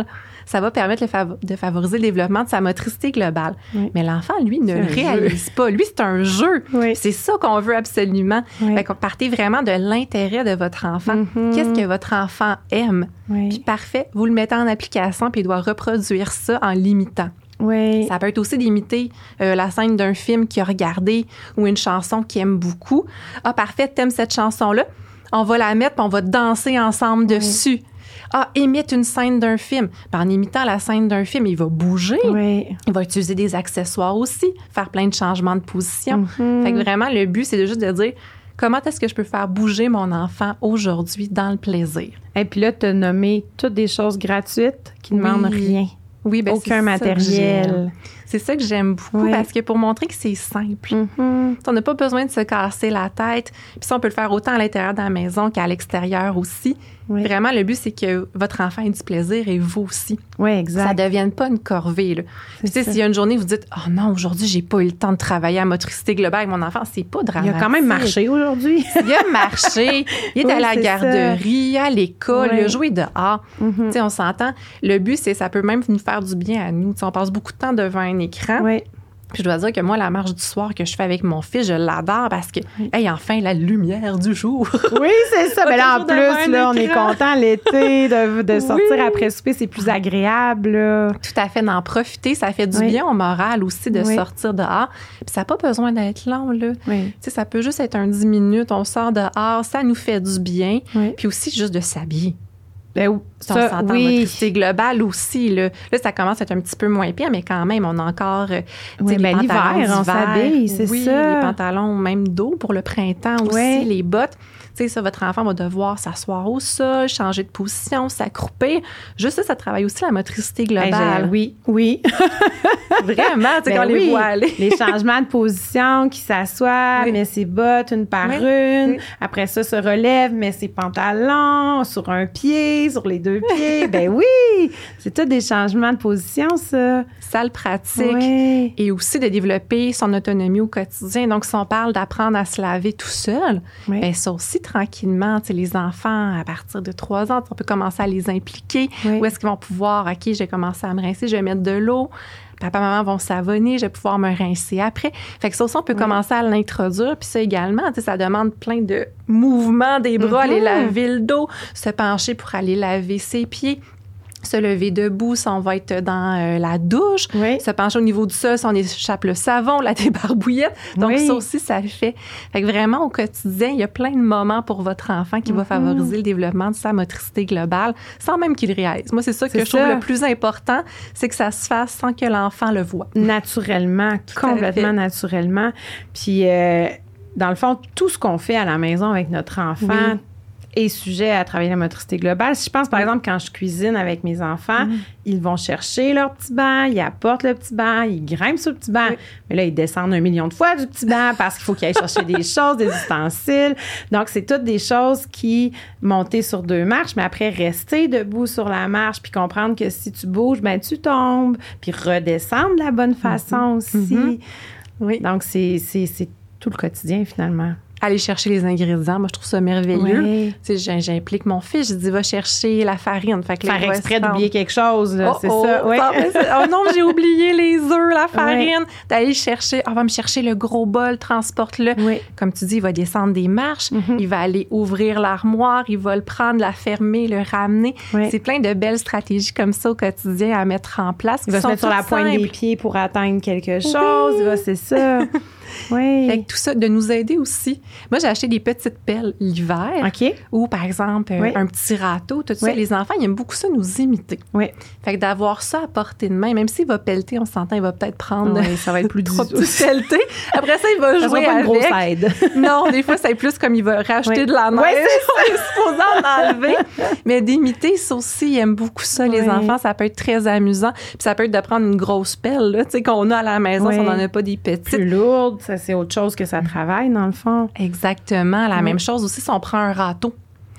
ça va permettre le fav- de favoriser le développement de sa motricité globale. Oui. Mais l'enfant, lui, ne le réalise pas. Lui, c'est un jeu. Oui. C'est ça qu'on veut absolument. Oui. Fait qu'on partez vraiment de l'intérêt de votre enfant. Mm-hmm. Qu'est-ce que votre enfant aime? Oui. Puis parfait, vous le mettez en application, puis il doit reproduire ça en l'imitant. Oui. Ça peut être aussi d'imiter euh, la scène d'un film qu'il a regardé ou une chanson qu'il aime beaucoup. Ah, parfait, t'aimes cette chanson-là? On va la mettre, puis on va danser ensemble oui. dessus. Ah, imite une scène d'un film. Puis en imitant la scène d'un film, il va bouger. Oui. Il va utiliser des accessoires aussi, faire plein de changements de position. Mm-hmm. Fait que vraiment, le but, c'est de juste de dire comment est-ce que je peux faire bouger mon enfant aujourd'hui dans le plaisir. Et puis là, tu as nommé toutes des choses gratuites qui ne Oui. demandent rien. Oui, ben Aucun c'est matériel. Ça que j'aime. C'est ça que j'aime beaucoup Oui. parce que pour montrer que c'est simple. Mm-hmm. On n'a pas besoin de se casser la tête. Puis ça, on peut le faire autant à l'intérieur de la maison qu'à l'extérieur aussi. Oui. Vraiment, le but, c'est que votre enfant ait du plaisir et vous aussi. Oui, exact. Ça ne devienne pas une corvée. Là. Puis, tu sais, s'il y a une journée, vous dites « Oh non, aujourd'hui, j'ai pas eu le temps de travailler à motricité globale avec mon enfant », c'est pas dramatique. Il a quand même marché aujourd'hui. Il a marché. Il est Oui, à la c'est garderie, à l'école, Oui. il a joué dehors. Mm-hmm. Tu sais, on s'entend. Le but, c'est ça peut même nous faire du bien à nous. Tu sais, on passe beaucoup de temps devant un écran. Oui. Puis je dois dire que moi, la marche du soir que je fais avec mon fils, je l'adore parce que, Oui. hey, enfin, la lumière du jour. Oui, c'est ça. Pas Mais là, en toujours devant plus, un là, on est écran. content l'été de, de sortir Oui. après souper. C'est plus agréable. Là. Tout à fait, d'en profiter. Ça fait du Oui. bien au moral aussi de Oui. sortir dehors. Puis ça n'a pas besoin d'être long, là. Oui. Tu sais, ça peut juste être un dix minutes, on sort dehors, ça nous fait du bien. Oui. Puis aussi, juste de s'habiller. Ben, Ça, ça, on s'entend, oui. motricité globale aussi. Là. là, ça commence à être un petit peu moins pire, mais quand même, on a encore euh, tu Oui, sais, ben, les pantalons l'hiver, on d'hiver. s'habille, c'est oui, ça. les pantalons même d'eau pour le printemps aussi, Oui. les bottes. Tu sais, ça, votre enfant va devoir s'asseoir au sol, changer de position, s'accroupir. Juste ça, ça travaille aussi la motricité Ben, globale. j'ai- oui, oui. Vraiment, tu sais, Ben quand on oui, les voit aller. les changements de position, qui s'assoit, Oui. met ses bottes une par Oui. une. Oui. Après ça, se relève, met ses pantalons sur un pied, sur les deux pieds. Ben oui, c'est tout des changements de position, ça. Salle pratique. Oui. Et aussi de développer son autonomie au quotidien. Donc, si on parle d'apprendre à se laver tout seul, Oui. bien, ça aussi, tranquillement, tu sais, les enfants, à partir de trois ans, on peut commencer à les impliquer. Oui. Où est-ce qu'ils vont pouvoir, OK, je vais commencer à me rincer, je vais mettre de l'eau. Papa, maman vont savonner, je vais pouvoir me rincer après. Fait que ça aussi, on peut Oui. commencer à l'introduire. Puis ça également, tu sais, ça demande plein de mouvements des bras, Mhm. aller laver le dos, se pencher pour aller laver ses pieds. Se lever debout si on va être dans euh, la douche, Oui. se pencher au niveau du sol si on échappe le savon, la débarbouillette. Donc, Oui. ça aussi, ça le fait. Fait que vraiment, au quotidien, il y a plein de moments pour votre enfant qui va Mhm. favoriser le développement de sa motricité globale sans même qu'il le réalise. Moi, c'est ça que C'est je trouve ça. le plus important, c'est que ça se fasse sans que l'enfant le voie. Naturellement, à complètement fait. naturellement. Puis, euh, dans le fond, tout ce qu'on fait à la maison avec notre enfant Oui. est sujet à travailler la motricité globale. Si je pense, par exemple, quand je cuisine avec mes enfants, Mm. ils vont chercher leur petit banc, ils apportent le petit banc, ils grimpent sur le petit banc. Oui. Mais là, ils descendent un million de fois du petit banc parce qu'il faut qu'ils aillent chercher des choses, des ustensiles. Donc, c'est toutes des choses qui, monter sur deux marches, mais après, rester debout sur la marche, puis comprendre que si tu bouges, ben tu tombes, puis redescendre de la bonne façon aussi. Mhm. Oui. Donc, c'est, c'est, c'est tout le quotidien, finalement. Aller chercher les ingrédients, moi, je trouve ça merveilleux. Oui. Tu sais, j'im- j'implique mon fils, je dis, va chercher la farine. Fait que là, Faire il va exprès se prendre- d'oublier quelque chose, là, Oh, c'est oh, ça. Oui. ça, mais c'est- oh non, j'ai oublié les œufs, la farine. D'aller chercher, on va me chercher le gros bol, transporte-le. Oui. Comme tu dis, il va descendre des marches, Mhm. il va aller ouvrir l'armoire, il va le prendre, la fermer, le ramener. Oui. C'est plein de belles stratégies comme ça au quotidien à mettre en place. Il va qui se sont mettre sur la toutes pointe des simples. pieds pour atteindre quelque chose. Il va- C'est ça. Oui. Fait que tout ça, de nous aider aussi. Moi, j'ai acheté des petites pelles l'hiver. OK. Ou, par exemple, euh, Oui. un petit râteau, tout ça. Oui. Les enfants, ils aiment beaucoup ça, nous imiter. Oui. Fait que d'avoir ça à portée de main, même s'il va pelleter, on s'entend, il va peut-être prendre Oui, ça va être plus trois du- petits pelletés. Après ça, il va Ça sera jouer pas une avec. grosse aide. Non, des fois, c'est plus comme il va racheter Oui. de la neige. Oui, on est supposé en enlever. Mais d'imiter, ça aussi, ils aiment beaucoup ça, les Oui. enfants. Ça peut être très amusant. Puis ça peut être de prendre une grosse pelle, là, tu sais, qu'on a à la maison Oui. si on n'en a pas des petites. Plus lourde, ça, c'est autre chose que ça travaille, dans le fond. Exactement. La Oui. même chose aussi si on prend un râteau.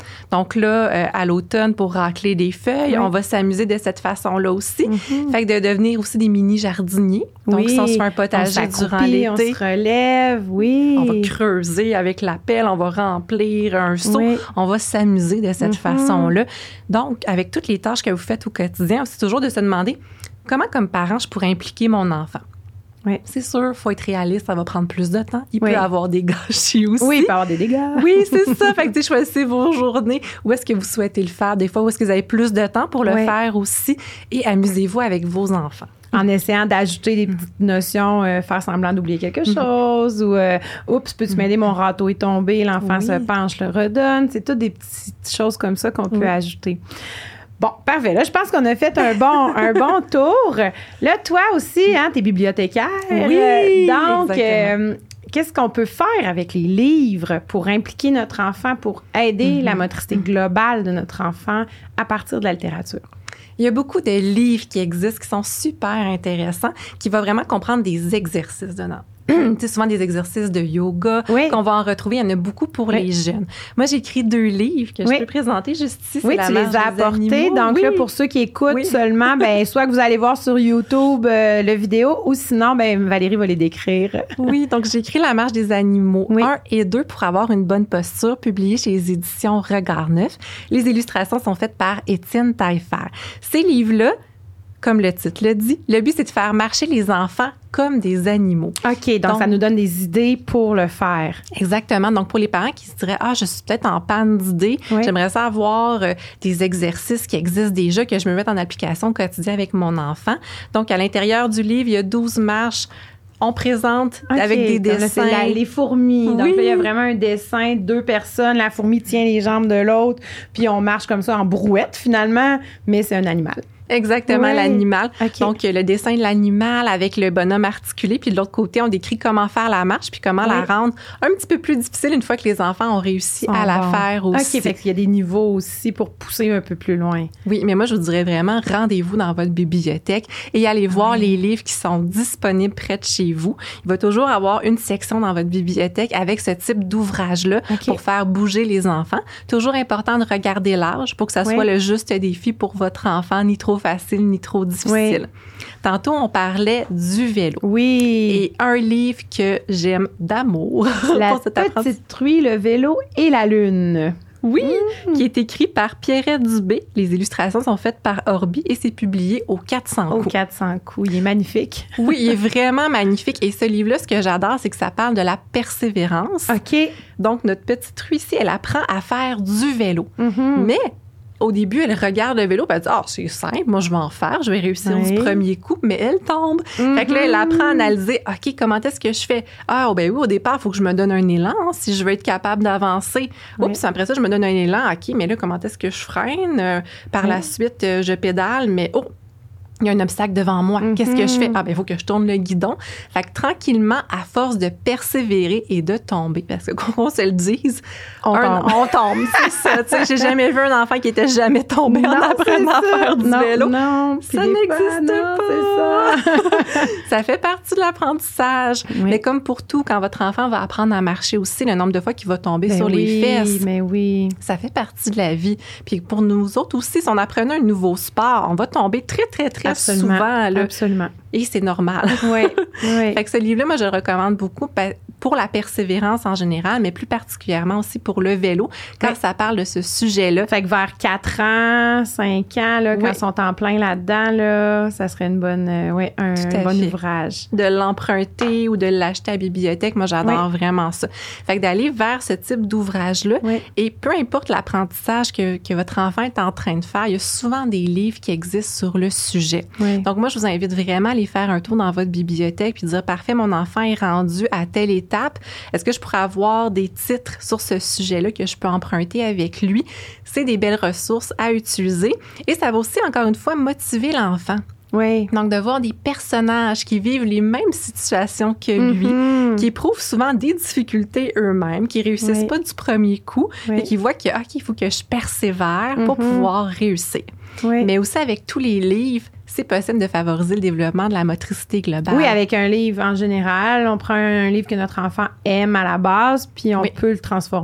Donc là, euh, à l'automne, pour racler des feuilles, oui. on va s'amuser de cette façon-là aussi. Mm-hmm. Fait que de devenir aussi des mini-jardiniers. Donc, oui. si on se fait un potager durant l'été, on se relève, oui. On va creuser avec la pelle, on va remplir un seau. Oui. On va s'amuser de cette mm-hmm. façon-là. Donc, avec toutes les tâches que vous faites au quotidien, c'est toujours de se demander comment, comme parent, je pourrais impliquer mon enfant. Oui. C'est sûr, il faut être réaliste, ça va prendre plus de temps. Il oui. peut avoir des gâchis aussi. Oui, il peut avoir des dégâts. Oui, c'est ça. Fait que, tu sais, choisissez vos journées. Où est-ce que vous souhaitez le faire? Des fois, où est-ce que vous avez plus de temps pour le oui. faire aussi? Et amusez-vous avec vos enfants. En essayant d'ajouter des petites notions, euh, faire semblant d'oublier quelque chose, ou euh, « Oups, peux-tu m'aider, mon râteau est tombé, l'enfant oui. se penche, le redonne ». C'est toutes des petites choses comme ça qu'on peut oui. ajouter. Bon, parfait. Là, je pense qu'on a fait un bon, un bon tour. Là, toi aussi, hein, t'es bibliothécaire. Oui, donc, euh, qu'est-ce qu'on peut faire avec les livres pour impliquer notre enfant, pour aider mm-hmm. la motricité globale de notre enfant à partir de la littérature? Il y a beaucoup de livres qui existent, qui sont super intéressants, qui vont vraiment comprendre des exercices dedans. Tu sais, souvent des exercices de yoga oui. qu'on va en retrouver. Il y en a beaucoup pour oui. les jeunes. Moi, j'ai écrit deux livres que oui. je peux présenter juste ici. Oui, c'est tu la les as apportés. Donc oui. là, pour ceux qui écoutent oui. seulement, ben soit que vous allez voir sur YouTube euh, le vidéo ou sinon, ben Valérie va les décrire. Oui, donc j'ai écrit La marche des animaux oui. un et deux pour avoir une bonne posture, publié chez les éditions Regard Neuf. Les illustrations sont faites par Étienne Taillefer. Ces livres-là, comme le titre le dit, le but, c'est de faire marcher les enfants comme des animaux. OK, donc, donc ça nous donne des idées pour le faire. Exactement. Donc, pour les parents qui se diraient « Ah, je suis peut-être en panne d'idées, oui. j'aimerais ça avoir euh, des exercices qui existent déjà, que je me mette en application au quotidien avec mon enfant. » Donc, à l'intérieur du livre, il y a douze marches. On présente okay, avec des dessins. Là, les fourmis. Oui. Donc, là, il y a vraiment un dessin, deux personnes, la fourmi tient les jambes de l'autre, puis on marche comme ça en brouette, finalement, mais c'est un animal. Exactement, oui. l'animal. Okay. Donc, le dessin de l'animal avec le bonhomme articulé. Puis de l'autre côté, on décrit comment faire la marche puis comment oui. la rendre un petit peu plus difficile une fois que les enfants ont réussi oh, à la bon. faire aussi. OK, fait qu'il y a des niveaux aussi pour pousser un peu plus loin. Oui, mais moi, je vous dirais vraiment, rendez-vous dans votre bibliothèque et allez voir oui. les livres qui sont disponibles près de chez vous. Il va toujours avoir une section dans votre bibliothèque avec ce type d'ouvrage-là okay. pour faire bouger les enfants. Toujours important de regarder l'âge pour que ça oui. soit le juste défi pour votre enfant, ni trop facile ni trop difficile. Oui. Tantôt, on parlait du vélo. Oui. Et un livre que j'aime d'amour. La pour petite truie, le vélo et la lune. Oui, mmh. qui est écrit par Pierrette Dubé. Les illustrations sont faites par Orbi et c'est publié au quatre cents coups. Au quatre cents coups. Il est magnifique. Oui, il est vraiment magnifique. Et ce livre-là, ce que j'adore, c'est que ça parle de la persévérance. OK. Donc, notre petite truie ici, elle apprend à faire du vélo. Mmh. Mais au début, elle regarde le vélo et elle dit « Ah, oh, c'est simple, moi, je vais en faire, je vais réussir oui. du premier coup. » Mais elle tombe. Mm-hmm. Fait que là, elle apprend à analyser « OK, comment est-ce que je fais? Ah, oh, ben oui, au départ, il faut que je me donne un élan si je veux être capable d'avancer. Oui. Oups, après ça, je me donne un élan. OK, mais là, comment est-ce que je freine? Euh, par oui. la suite, euh, je pédale, mais oh! Il y a un obstacle devant moi. Mm-hmm. Qu'est-ce que je fais? Ah, ben, il faut que je tourne le guidon. Fait que tranquillement, à force de persévérer et de tomber, parce que qu'on se le dise, on un, tombe. On tombe, c'est ça. Tu sais, j'ai jamais vu un enfant qui était jamais tombé non, en apprenant à faire du non, vélo. Non, ça n'existe pas. pas. C'est ça. Ça fait partie de l'apprentissage. Oui. Mais comme pour tout, quand votre enfant va apprendre à marcher aussi, le nombre de fois qu'il va tomber ben sur oui, les fesses, mais oui. ça fait partie de la vie. Puis pour nous autres aussi, si on apprenait un nouveau sport, on va tomber très, très, très Absolument. souvent. Là. Absolument. Et c'est normal. Oui, oui. Fait que ce livre-là, moi, je le recommande beaucoup pour la persévérance en général, mais plus particulièrement aussi pour le vélo, quand oui. ça parle de ce sujet-là. Fait que vers quatre ans, cinq ans, là, quand oui. ils sont en plein là-dedans, là, ça serait une bonne, euh, ouais, un, un bon fait. ouvrage. De l'emprunter ou de l'acheter à la bibliothèque, moi, j'adore oui. vraiment ça. Fait que d'aller vers ce type d'ouvrage-là, oui. et peu importe l'apprentissage que, que votre enfant est en train de faire, il y a souvent des livres qui existent sur le sujet. Oui. Donc, moi, je vous invite vraiment à aller faire un tour dans votre bibliothèque puis dire, parfait, mon enfant est rendu à telle étape. Est-ce que je pourrais avoir des titres sur ce sujet-là que je peux emprunter avec lui? C'est des belles ressources à utiliser. Et ça va aussi, encore une fois, motiver l'enfant. Oui. Donc, de voir des personnages qui vivent les mêmes situations que lui, mm-hmm. qui éprouvent souvent des difficultés eux-mêmes, qui réussissent oui. pas du premier coup, oui. et qui voient que, OK, il faut que je persévère pour mm-hmm. pouvoir réussir. Oui. Mais aussi, avec tous les livres, c'est possible de favoriser le développement de la motricité globale. Oui, avec un livre en général. On prend un livre que notre enfant aime à la base, puis on oui. peut le transformer.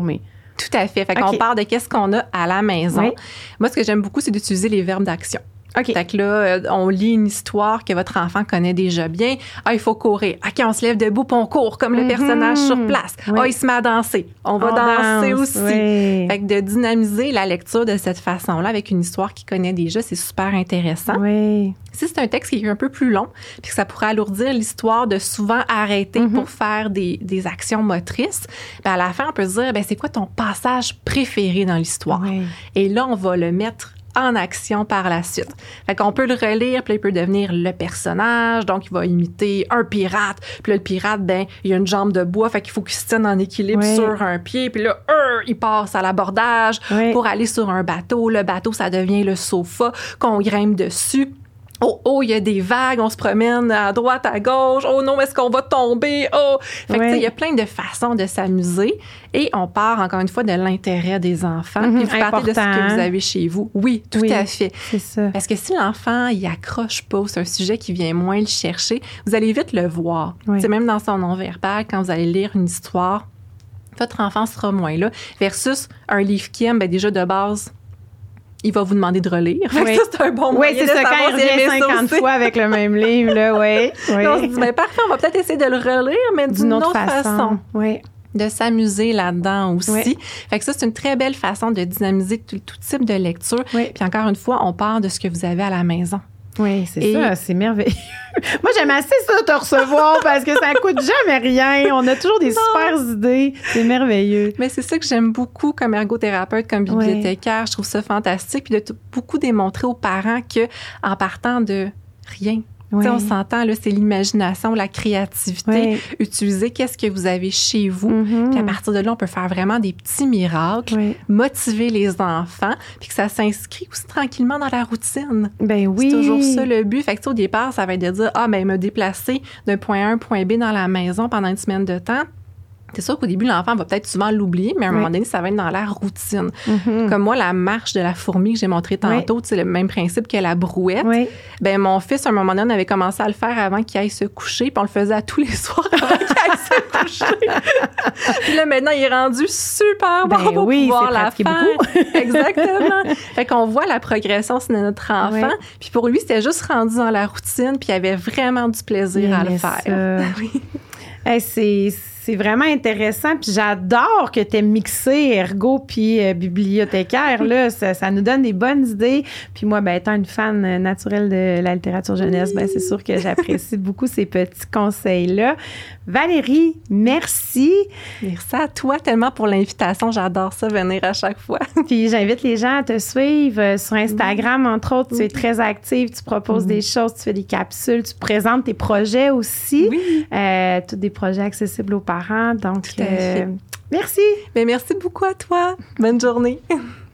Tout à fait. Fait qu'on Okay. part de qu'est-ce qu'on a à la maison. Oui. Moi, ce que j'aime beaucoup, c'est d'utiliser les verbes d'action. OK. Fait que là, euh, on lit une histoire que votre enfant connaît déjà bien. Ah, il faut courir. OK, on se lève debout puis on court comme le Mhm. personnage sur place. Oui. Ah, il se met à danser. On va On danser danse, aussi. oui. Fait que de dynamiser la lecture de cette façon-là avec une histoire qu'il connaît déjà, c'est super intéressant. Oui. Si c'est un texte qui est un peu plus long, puis que ça pourrait alourdir l'histoire de souvent arrêter Mm-hmm. pour faire des, des actions motrices, bien à la fin, on peut se dire, bien, c'est quoi ton passage préféré dans l'histoire? Oui. Et là, on va le mettre en action par la suite. Fait qu'on peut le relire, puis là, il peut devenir le personnage, donc il va imiter un pirate, puis là, le pirate, ben, il a une jambe de bois, fait qu'il faut qu'il se tienne en équilibre Oui. sur un pied, puis là, euh, il passe à l'abordage Oui. pour aller sur un bateau. Le bateau, ça devient le sofa qu'on grimpe dessus. Oh, oh, il y a des vagues, on se promène à droite, à gauche. Oh non, est-ce qu'on va tomber? Oh! Fait que, Ouais. tu sais, il y a plein de façons de s'amuser. Et on part, encore une fois, de l'intérêt des enfants. Mhm, Puis vous partez de ce important, que hein? vous avez chez vous. Oui, tout Oui. à fait. C'est ça. Parce que si l'enfant, il accroche pas, c'est un sujet qui vient moins le chercher, vous allez vite le voir. Oui. C'est même dans son non-verbal, quand vous allez lire une histoire, votre enfant sera moins là. Versus un livre qui aime, ben déjà de base, il va vous demander de relire. Fait que Oui. ça, c'est un bon Oui, moyen c'est de ça, savoir quand il s'il revient aimait ça cinquante aussi. fois avec le même livre, là, oui. oui. Là, on se dit, ben, parfait, on va peut-être essayer de le relire, mais d'une, D'une autre, autre façon. façon. Oui. De s'amuser là-dedans aussi. Oui. Fait que ça, c'est une très belle façon de dynamiser tout, tout type de lecture. Oui. Puis encore une fois, on part de ce que vous avez à la maison. Oui, c'est Et- ça, c'est merveilleux. Moi, j'aime assez ça, te recevoir, parce que ça coûte jamais rien. On a toujours des super idées. C'est merveilleux. Mais c'est ça que j'aime beaucoup comme ergothérapeute, comme bibliothécaire. Je trouve ça fantastique. Puis de tout- beaucoup démontrer aux parents que en partant de rien, Oui. tu sais, on s'entend, là, c'est l'imagination, la créativité. Oui. Utiliser qu'est-ce que vous avez chez vous. Mhm. Puis à partir de là, on peut faire vraiment des petits miracles, Oui. motiver les enfants, puis que ça s'inscrit aussi tranquillement dans la routine. Ben oui. C'est toujours ça le but. Fait que tu sais, au départ, ça va être de dire, ah, ben me déplacer d'un point A à un point B dans la maison pendant une semaine de temps. C'est sûr qu'au début, l'enfant va peut-être souvent l'oublier, mais à un Oui. moment donné, ça va être dans la routine. Mhm. Comme moi, la marche de la fourmi que j'ai montré tantôt, tu sais, le même principe que la brouette. Oui. Ben mon fils, à un moment donné, on avait commencé à le faire avant qu'il aille se coucher, puis on le faisait à tous les soirs avant qu'il aille se coucher. Puis là, maintenant, il est rendu super bon Ben pour oui, pouvoir c'est la pratiqué faire. beaucoup. Exactement. Fait qu'on voit la progression de notre enfant. Ouais. Puis pour lui, c'était juste rendu dans la routine, puis il avait vraiment du plaisir Il à le aimait faire. ça. Oui. Hey, c'est, c'est vraiment intéressant. Puis j'adore que tu aies mixé ergo puis euh, bibliothécaire. Là, ça, ça nous donne des bonnes idées. Puis moi, ben, étant une fan euh, naturelle de la littérature jeunesse, ben, c'est sûr que j'apprécie beaucoup ces petits conseils-là. Valérie, merci. Merci à toi tellement pour l'invitation. J'adore ça, venir à chaque fois. Puis j'invite les gens à te suivre euh, sur Instagram, entre autres. Tu es très active, tu proposes des choses, tu fais des capsules, tu présentes tes projets aussi. Oui. Euh, tous des projets accessibles aux parents. Donc, Tout à fait. euh, merci. Mais merci beaucoup à toi. Bonne journée.